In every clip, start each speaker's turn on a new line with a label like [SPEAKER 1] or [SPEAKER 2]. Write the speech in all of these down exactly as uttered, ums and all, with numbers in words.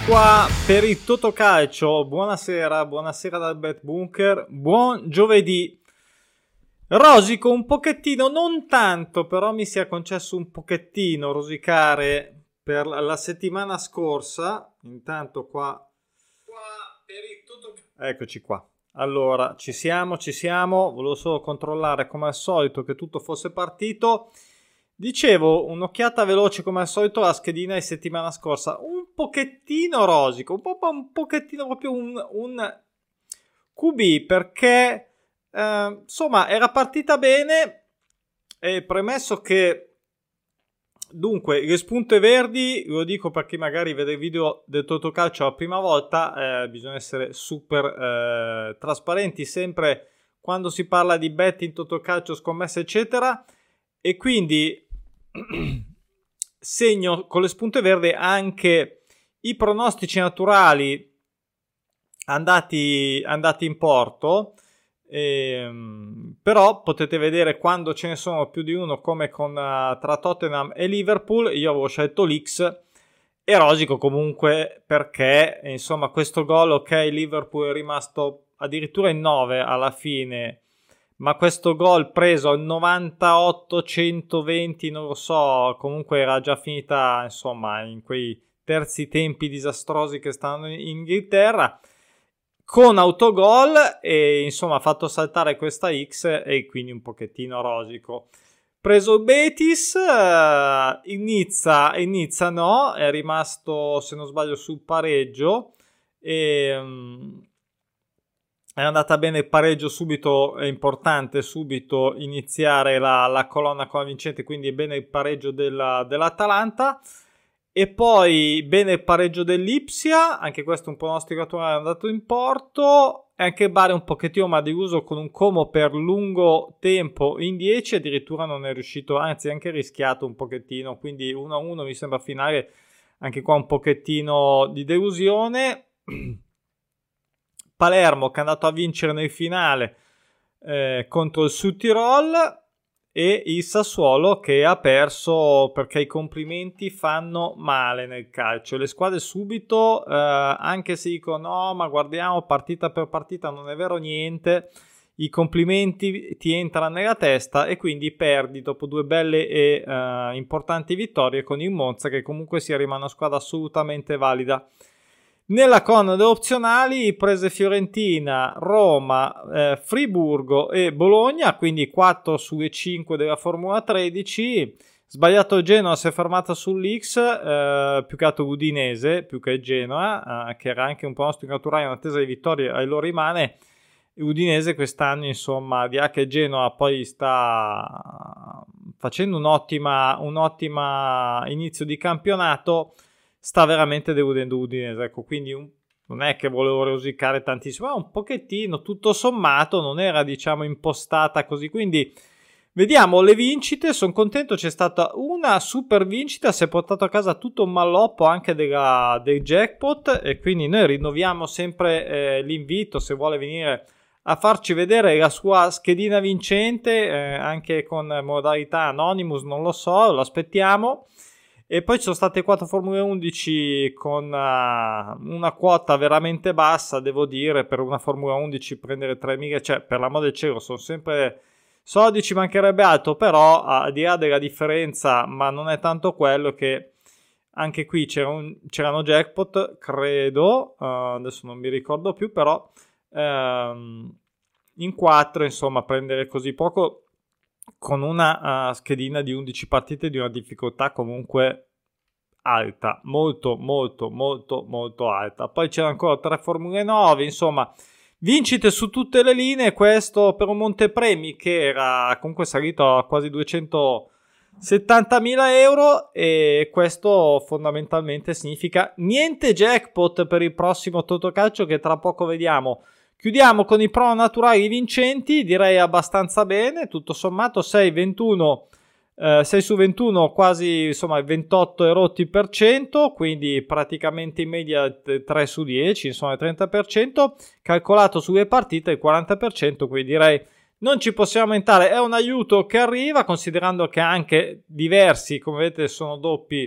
[SPEAKER 1] qua per il Totocalcio. Buonasera, buonasera dal Bet Bunker. Buon giovedì. Rosico un pochettino, non tanto, però mi si è concesso un pochettino rosicare per la settimana scorsa. Intanto qua, qua per il Totocalcio. Eccoci qua. Allora, ci siamo, ci siamo. Volevo solo controllare come al solito che tutto fosse partito. Dicevo, un'occhiata veloce come al solito alla schedina di settimana scorsa, un pochettino rosico, un, po', un pochettino proprio un, un Q B, perché eh, insomma era partita bene, e premesso che dunque le spunte verdi, lo dico per chi magari vede il video del Totocalcio la prima volta, eh, bisogna essere super eh, trasparenti sempre quando si parla di betting, Totocalcio, scommesse eccetera, e quindi segno con le spunte verdi anche i pronostici naturali andati, andati in porto, ehm, però potete vedere quando ce ne sono più di uno, come con uh, tra Tottenham e Liverpool. Io avevo scelto l'X e rosico comunque perché insomma questo gol, ok, Liverpool è rimasto addirittura in nove alla fine, ma questo gol preso al novantotto centoventi, non lo so, comunque era già finita insomma in quei terzi tempi disastrosi che stanno in Inghilterra, con autogol, e insomma ha fatto saltare questa X e quindi un pochettino rosico. Preso il Betis, uh, in Nizza, in Nizza no, è rimasto se non sbaglio sul pareggio, e um, è andata bene il pareggio subito, è importante subito iniziare la, la colonna con la vincente, quindi è bene il pareggio della, dell'Atalanta, e poi bene il pareggio dell'Ipsia, anche questo un pronostico attuale è andato in porto, e anche Bari un pochettino ma deluso con un Como per lungo tempo in dieci, addirittura non è riuscito, anzi anche rischiato un pochettino, quindi uno a uno mi sembra finale, anche qua un pochettino di delusione. Palermo che è andato a vincere nel finale eh, contro il Südtirol, e il Sassuolo che ha perso, perché i complimenti fanno male nel calcio. Le squadre subito, eh, anche se dicono no, ma guardiamo partita per partita, non è vero niente, i complimenti ti entrano nella testa e quindi perdi dopo due belle e eh, importanti vittorie con il Monza, che comunque sia rimane una squadra assolutamente valida. Nella colonna delle opzionali prese Fiorentina, Roma, eh, Friburgo e Bologna, quindi quattro sulle cinque della Formula tredici. Sbagliato il Genoa, si è fermata sull'X, eh, più che altro l'Udinese, più che il Genoa, eh, che era anche un pronostico naturale in attesa di vittorie, e lo rimane. L'Udinese quest'anno, insomma, di che Genoa poi sta facendo un'ottima, un'ottima inizio di campionato, sta veramente deludendo l'Udinese, ecco, quindi un, non è che volevo rosicare tantissimo, ma un pochettino, tutto sommato, non era, diciamo, impostata così, quindi vediamo le vincite. Sono contento, c'è stata una super vincita, si è portato a casa tutto un malloppo anche della, del jackpot, e quindi noi rinnoviamo sempre eh, l'invito, se vuole venire a farci vedere la sua schedina vincente, eh, anche con modalità Anonymous, non lo so, lo aspettiamo. E poi ci sono state quattro Formule undici con uh, una quota veramente bassa, devo dire, per una Formula undici prendere tremila, cioè per l'amor del cielo sono sempre soldi, ci mancherebbe altro, però al di là della differenza, ma non è tanto quello, che anche qui c'era un, c'erano jackpot, credo, uh, adesso non mi ricordo più, però um, in quattro, insomma, prendere così poco con una uh, schedina di undici partite di una difficoltà comunque alta, molto molto molto molto alta. Poi c'era ancora tre Formule nove, insomma vincite su tutte le linee. Questo per un montepremi che era comunque salito a quasi duecentosettantamila euro, e questo fondamentalmente significa niente jackpot per il prossimo Totocalcio, che tra poco vediamo. Chiudiamo con i pro naturali vincenti, direi abbastanza bene, tutto sommato sei ventuno, eh, sei su ventuno, quasi insomma il ventotto e rotti per cento, quindi praticamente in media tre su dieci, insomma il trenta per cento, calcolato sulle partite il quaranta per cento, quindi direi non ci possiamo lamentare, è un aiuto che arriva, considerando che anche diversi, come vedete, sono doppi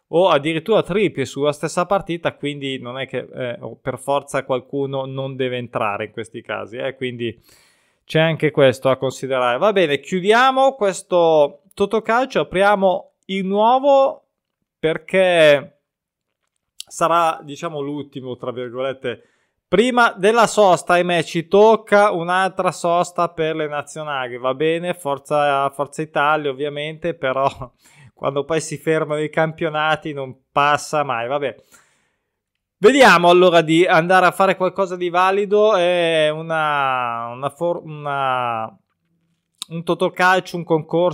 [SPEAKER 1] o addirittura tripli sulla stessa partita, quindi non è che eh, per forza qualcuno non deve entrare in questi casi, eh? Quindi c'è anche questo da considerare. Va bene, chiudiamo questo Totocalcio, apriamo il nuovo perché sarà, diciamo, l'ultimo, tra virgolette, prima della sosta. Ahimè, ci tocca un'altra sosta per le nazionali, va bene, Forza, Forza Italia ovviamente, però quando poi si fermano i campionati non passa mai, vabbè. Vediamo allora di andare a fare qualcosa di valido. È una, una, for, una un Totocalcio, un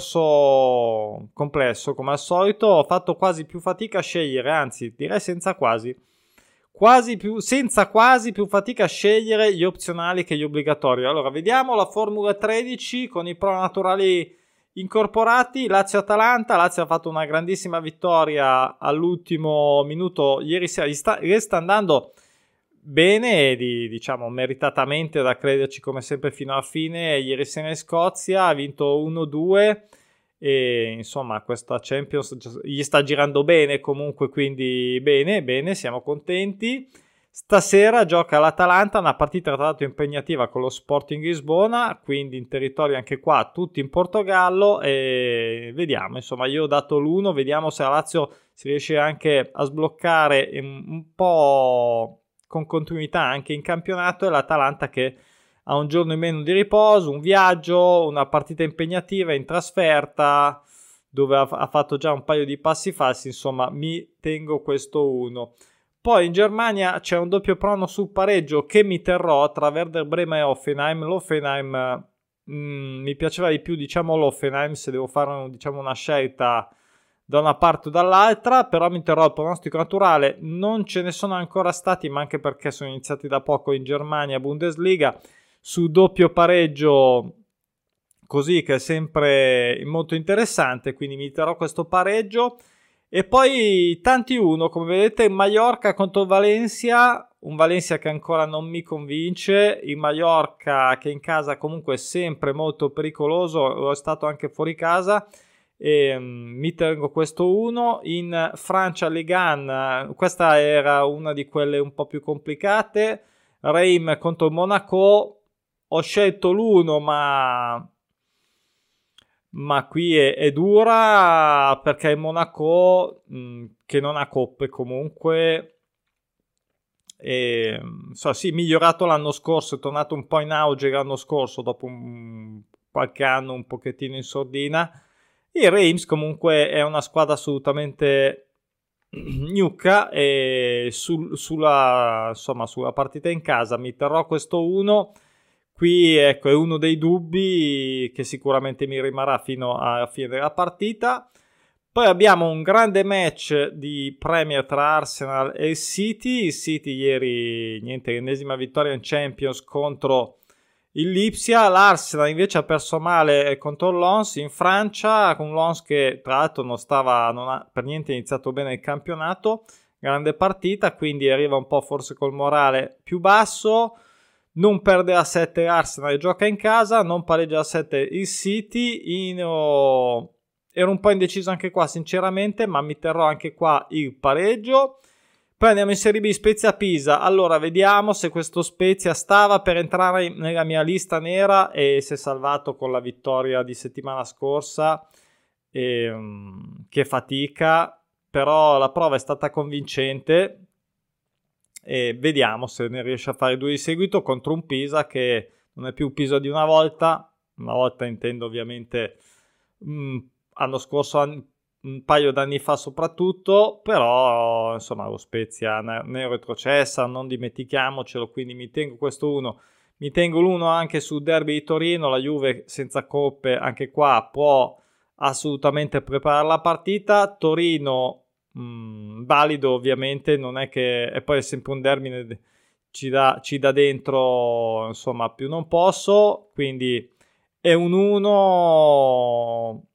[SPEAKER 1] concorso complesso come al solito. Ho fatto quasi più fatica a scegliere, anzi direi senza quasi quasi più senza quasi più fatica a scegliere gli opzionali che gli obbligatori. Allora vediamo la Formula tredici con i pro naturali incorporati. Lazio-Atalanta. Lazio ha fatto una grandissima vittoria all'ultimo minuto ieri sera, gli sta, gli sta andando bene, di, diciamo meritatamente, da crederci come sempre fino alla fine. Ieri sera in Scozia ha vinto uno due e insomma questa Champions gli sta girando bene comunque, quindi bene, bene, siamo contenti. Stasera gioca l'Atalanta, una partita tra l'altro impegnativa con lo Sporting Lisbona, quindi in territorio anche qua tutti in Portogallo, e vediamo, insomma io ho dato l'uno, vediamo se la Lazio si riesce anche a sbloccare un, un po' con continuità anche in campionato, e l'Atalanta che ha un giorno in meno di riposo, un viaggio, una partita impegnativa in trasferta dove ha, ha fatto già un paio di passi falsi, insomma mi tengo questo uno. Poi in Germania c'è un doppio prono sul pareggio che mi terrò tra Werder Bremen e Hoffenheim. L'Hoffenheim mh, mi piaceva di più, diciamo l'Hoffenheim, se devo fare un, diciamo, una scelta da una parte o dall'altra, però mi terrò il pronostico naturale. Non ce ne sono ancora stati, ma anche perché sono iniziati da poco in Germania Bundesliga, su doppio pareggio, così, che è sempre molto interessante, quindi mi terrò questo pareggio. E poi tanti uno, come vedete, Mallorca contro Valencia, un Valencia che ancora non mi convince, il Mallorca che in casa comunque è sempre molto pericoloso, lo è stato anche fuori casa, e um, mi tengo questo uno. In Francia Ligue uno, questa era una di quelle un po' più complicate, Reims contro Monaco, ho scelto l'uno ma... ma qui è, è dura, perché il Monaco, mh, che non ha coppe comunque, e, so, sì, migliorato l'anno scorso, è tornato un po' in auge l'anno scorso dopo un, qualche anno un pochettino in sordina. Il Reims comunque è una squadra assolutamente gnucca, e sul, sulla, insomma, sulla partita in casa mi terrò questo uno. Qui ecco è uno dei dubbi che sicuramente mi rimarrà fino alla fine della partita. Poi abbiamo un grande match di Premier tra Arsenal e il City. Il City ieri, niente, l'ennesima vittoria in Champions contro il Lipsia. L'Arsenal invece ha perso male contro l'Ons in Francia, con l'Ons che tra l'altro non stava, non ha per niente iniziato bene il campionato. Grande partita, quindi arriva un po' forse col morale più basso. Non perde a sette Arsenal, gioca in casa, non pareggia a sette il City. In, oh, ero un po' indeciso anche qua sinceramente, ma mi terrò anche qua il pareggio. Poi andiamo in Serie B, Spezia Pisa. Allora vediamo se questo Spezia stava per entrare nella mia lista nera e si è salvato con la vittoria di settimana scorsa. E, um, che fatica, però la prova è stata convincente. E vediamo se ne riesce a fare due di seguito contro un Pisa che non è più il Pisa di una volta. Una volta intendo ovviamente mh, anno scorso, an- un paio d'anni fa soprattutto, però insomma lo Spezia ne è retrocessa, non dimentichiamocelo, quindi mi tengo questo uno. Mi tengo l'uno anche sul derby di Torino. La Juve senza coppe anche qua può assolutamente preparare la partita. Torino Mm, valido ovviamente, non è che, e poi è sempre un derby, ci dà, ci dà dentro, insomma più non posso, quindi è un uno,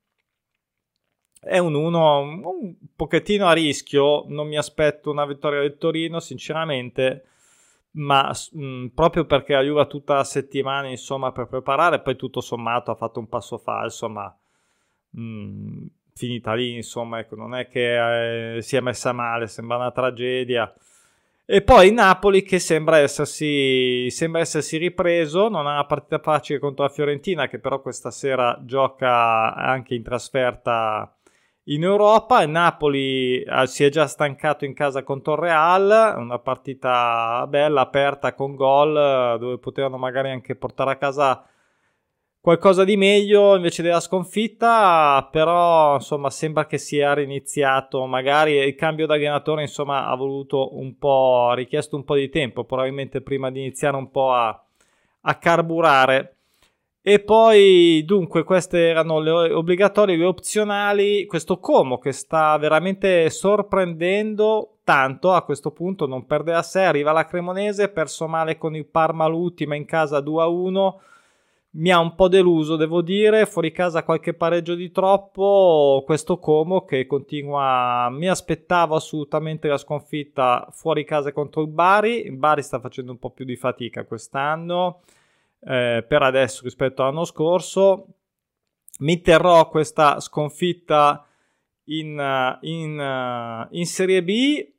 [SPEAKER 1] è un uno un pochettino a rischio. Non mi aspetto una vittoria del Torino sinceramente, ma mh, proprio perché la Juve ha tutta la settimana insomma per preparare, poi tutto sommato ha fatto un passo falso, ma mh, finita lì, insomma, ecco, non è che eh, si è messa male, sembra una tragedia. E poi il Napoli che sembra essersi, sembra essersi ripreso, non ha una partita facile contro la Fiorentina, che però questa sera gioca anche in trasferta in Europa. Il Napoli eh, si è già stancato in casa contro il Real, una partita bella, aperta, con gol, dove potevano magari anche portare a casa qualcosa di meglio invece della sconfitta, però insomma sembra che sia riniziato, magari il cambio d'allenatore insomma ha voluto un po', ha richiesto un po' di tempo, probabilmente prima di iniziare un po' a, a carburare. E poi dunque queste erano le obbligatorie, le opzionali, questo Como che sta veramente sorprendendo tanto a questo punto, non perde a sé, arriva la Cremonese, perso male con il Parma l'ultima in casa due a uno. Mi ha un po' deluso, devo dire, fuori casa qualche pareggio di troppo, questo Como che continua, mi aspettavo assolutamente la sconfitta fuori casa contro il Bari, il Bari sta facendo un po' più di fatica quest'anno, eh, per adesso rispetto all'anno scorso, mi terrò questa sconfitta in, in, in Serie B,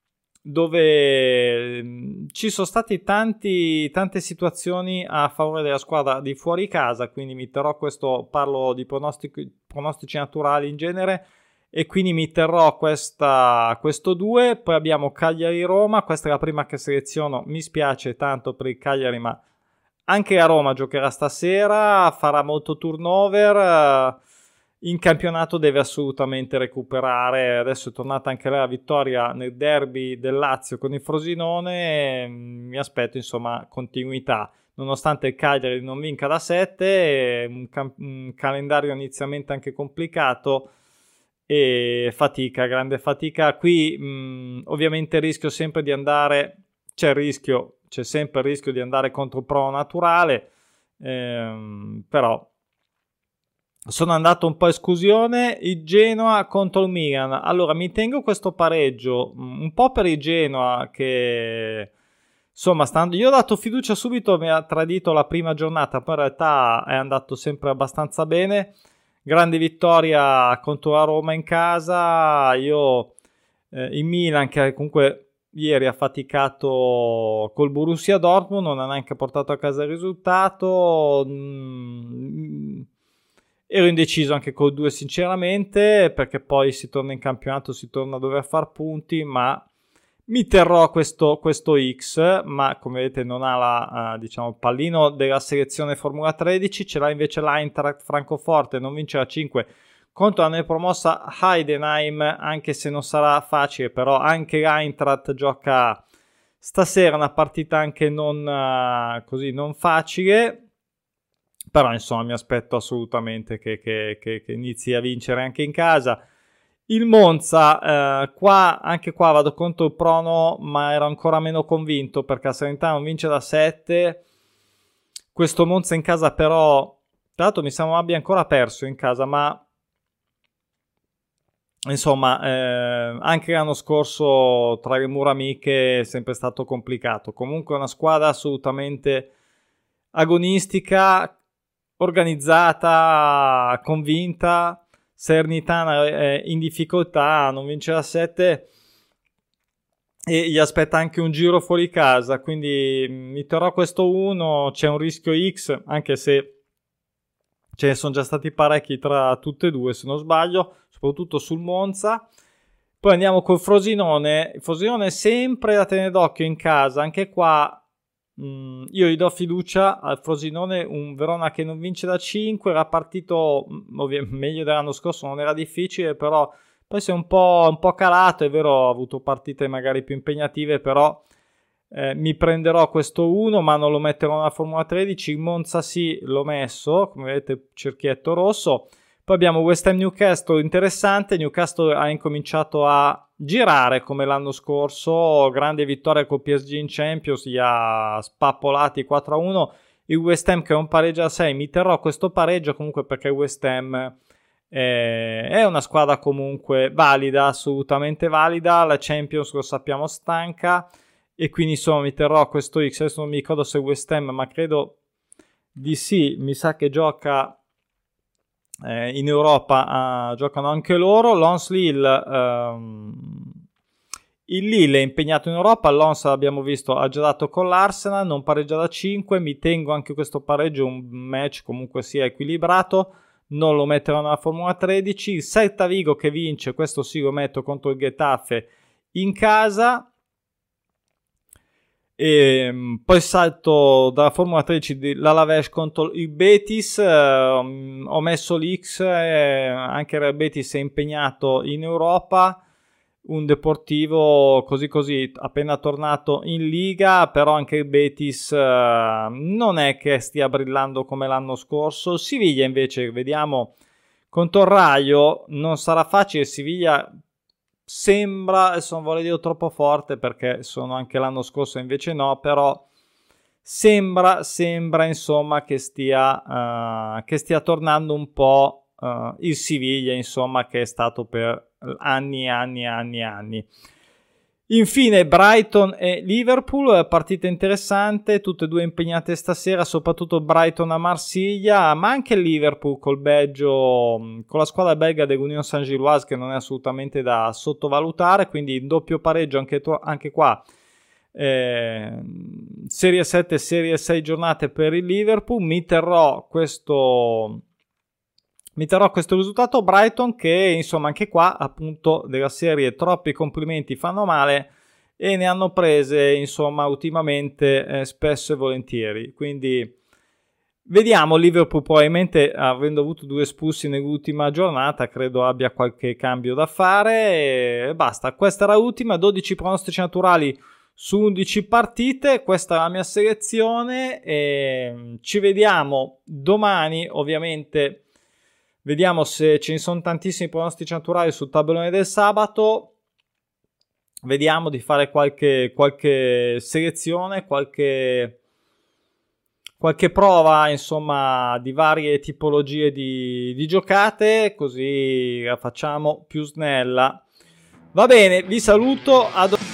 [SPEAKER 1] dove ci sono stati tanti, tante situazioni a favore della squadra di fuori casa, quindi mi terrò questo, parlo di pronostici, pronostici naturali in genere, e quindi mi terrò questa, questo due. Poi abbiamo Cagliari-Roma, questa è la prima che seleziono, mi spiace tanto per il Cagliari, ma anche la Roma giocherà stasera, farà molto turnover, in campionato deve assolutamente recuperare. Adesso è tornata anche lei la vittoria nel derby del Lazio con il Frosinone, mi aspetto insomma continuità, nonostante il Cagliari non vinca da sette, un, cam- un calendario inizialmente anche complicato e fatica, grande fatica qui. Mh, ovviamente rischio sempre di andare, c'è il rischio, c'è sempre il rischio di andare contro il pro naturale, ehm, però sono andato un po' a esclusione. Il Genoa contro il Milan, allora mi tengo questo pareggio un po' per il Genoa che insomma stando, io ho dato fiducia subito, mi ha tradito la prima giornata, poi in realtà è andato sempre abbastanza bene, grande vittoria contro la Roma in casa. Io eh, il Milan che comunque ieri ha faticato col Borussia Dortmund, non ha neanche portato a casa il risultato. mm, Ero indeciso anche col due sinceramente, perché poi si torna in campionato, si torna a dover far punti, ma mi terrò questo, questo X, ma come vedete non ha la, uh, diciamo, pallino della selezione Formula tredici, ce l'ha invece l'Eintracht Francoforte, non vince a cinque contro la neopromossa Heidenheim, anche se non sarà facile, però anche l'Eintracht gioca stasera una partita anche non, uh, così, non facile. Però insomma mi aspetto assolutamente che, che, che, che inizi a vincere anche in casa. Il Monza, eh, qua, anche qua vado contro il prono, ma ero ancora meno convinto perché la Salernitana non vince da sette. Questo Monza in casa però, tra l'altro mi sembra abbia ancora perso in casa, ma insomma eh, anche l'anno scorso tra le mura amiche è sempre stato complicato. Comunque una squadra assolutamente agonistica, organizzata, convinta. Salernitana è in difficoltà, non vince da sette e gli aspetta anche un giro fuori casa, quindi mi terrò questo uno. C'è un rischio X, anche se ce ne sono già stati parecchi tra tutte e due se non sbaglio, soprattutto sul Monza. Poi andiamo col Frosinone. Il Frosinone è sempre da tenere d'occhio in casa, anche qua Mm, io gli do fiducia al Frosinone, un Verona che non vince da cinque, era partito ovvi- meglio dell'anno scorso, non era difficile, però poi si è un po', un po' calato, è vero, ha avuto partite magari più impegnative, però eh, mi prenderò questo uno, ma non lo metterò nella Formula tredici. Il Monza sì, l'ho messo, come vedete cerchietto rosso. Poi abbiamo West Ham Newcastle, interessante. Newcastle ha incominciato a girare come l'anno scorso, grande vittoria con P S G in Champions, li ha spappolati quattro a uno. Il West Ham che è un pareggio a sei, mi terrò questo pareggio comunque perché il West Ham eh, è una squadra comunque valida, assolutamente valida, la Champions lo sappiamo stanca e quindi insomma mi terrò questo X. Adesso non mi ricordo se West Ham, ma credo di sì, mi sa che gioca eh, in Europa uh, giocano anche loro. Lons Lille, um, il Lille è impegnato in Europa, l'Ons abbiamo visto ha già dato con l'Arsenal, non pareggia da cinque, mi tengo anche questo pareggio, un match comunque sia equilibrato, non lo metterò nella Formula tredici. Il Celta Vigo che vince, questo sì lo metto contro il Getafe in casa. E poi salto dalla Formula tredici dell'Alaves contro il Betis, eh, ho messo l'X, eh, anche il Betis è impegnato in Europa, un Deportivo così così appena tornato in Liga, però anche il Betis eh, non è che stia brillando come l'anno scorso. Siviglia invece, vediamo, contro il Raio non sarà facile. Siviglia sembra, adesso non vorrei dire troppo forte perché sono anche l'anno scorso invece no, però sembra, sembra insomma che stia, uh, che stia tornando un po' uh, il Siviglia, insomma, che è stato per anni e anni e anni e anni. Infine Brighton e Liverpool, partita interessante, tutte e due impegnate stasera, soprattutto Brighton a Marsiglia, ma anche il Liverpool col Belgio, con la squadra belga dell'Union Saint-Gilloise che non è assolutamente da sottovalutare, quindi doppio pareggio anche, to- anche qua. Eh, serie sette, serie sei giornate per il Liverpool. Mi terrò questo mi terrò questo risultato. Brighton che insomma anche qua appunto della serie troppi complimenti fanno male e ne hanno prese insomma ultimamente eh, spesso e volentieri, quindi vediamo. Liverpool probabilmente, avendo avuto due espulsi nell'ultima giornata, credo abbia qualche cambio da fare e basta. Questa era l'ultima, dodici pronostici naturali su undici partite, questa è la mia selezione e ci vediamo domani. Ovviamente vediamo se ce ne sono tantissimi pronostici naturali sul tabellone del sabato, vediamo di fare qualche, qualche selezione, qualche, qualche prova insomma di varie tipologie di, di giocate, così la facciamo più snella. Va bene, vi saluto, ad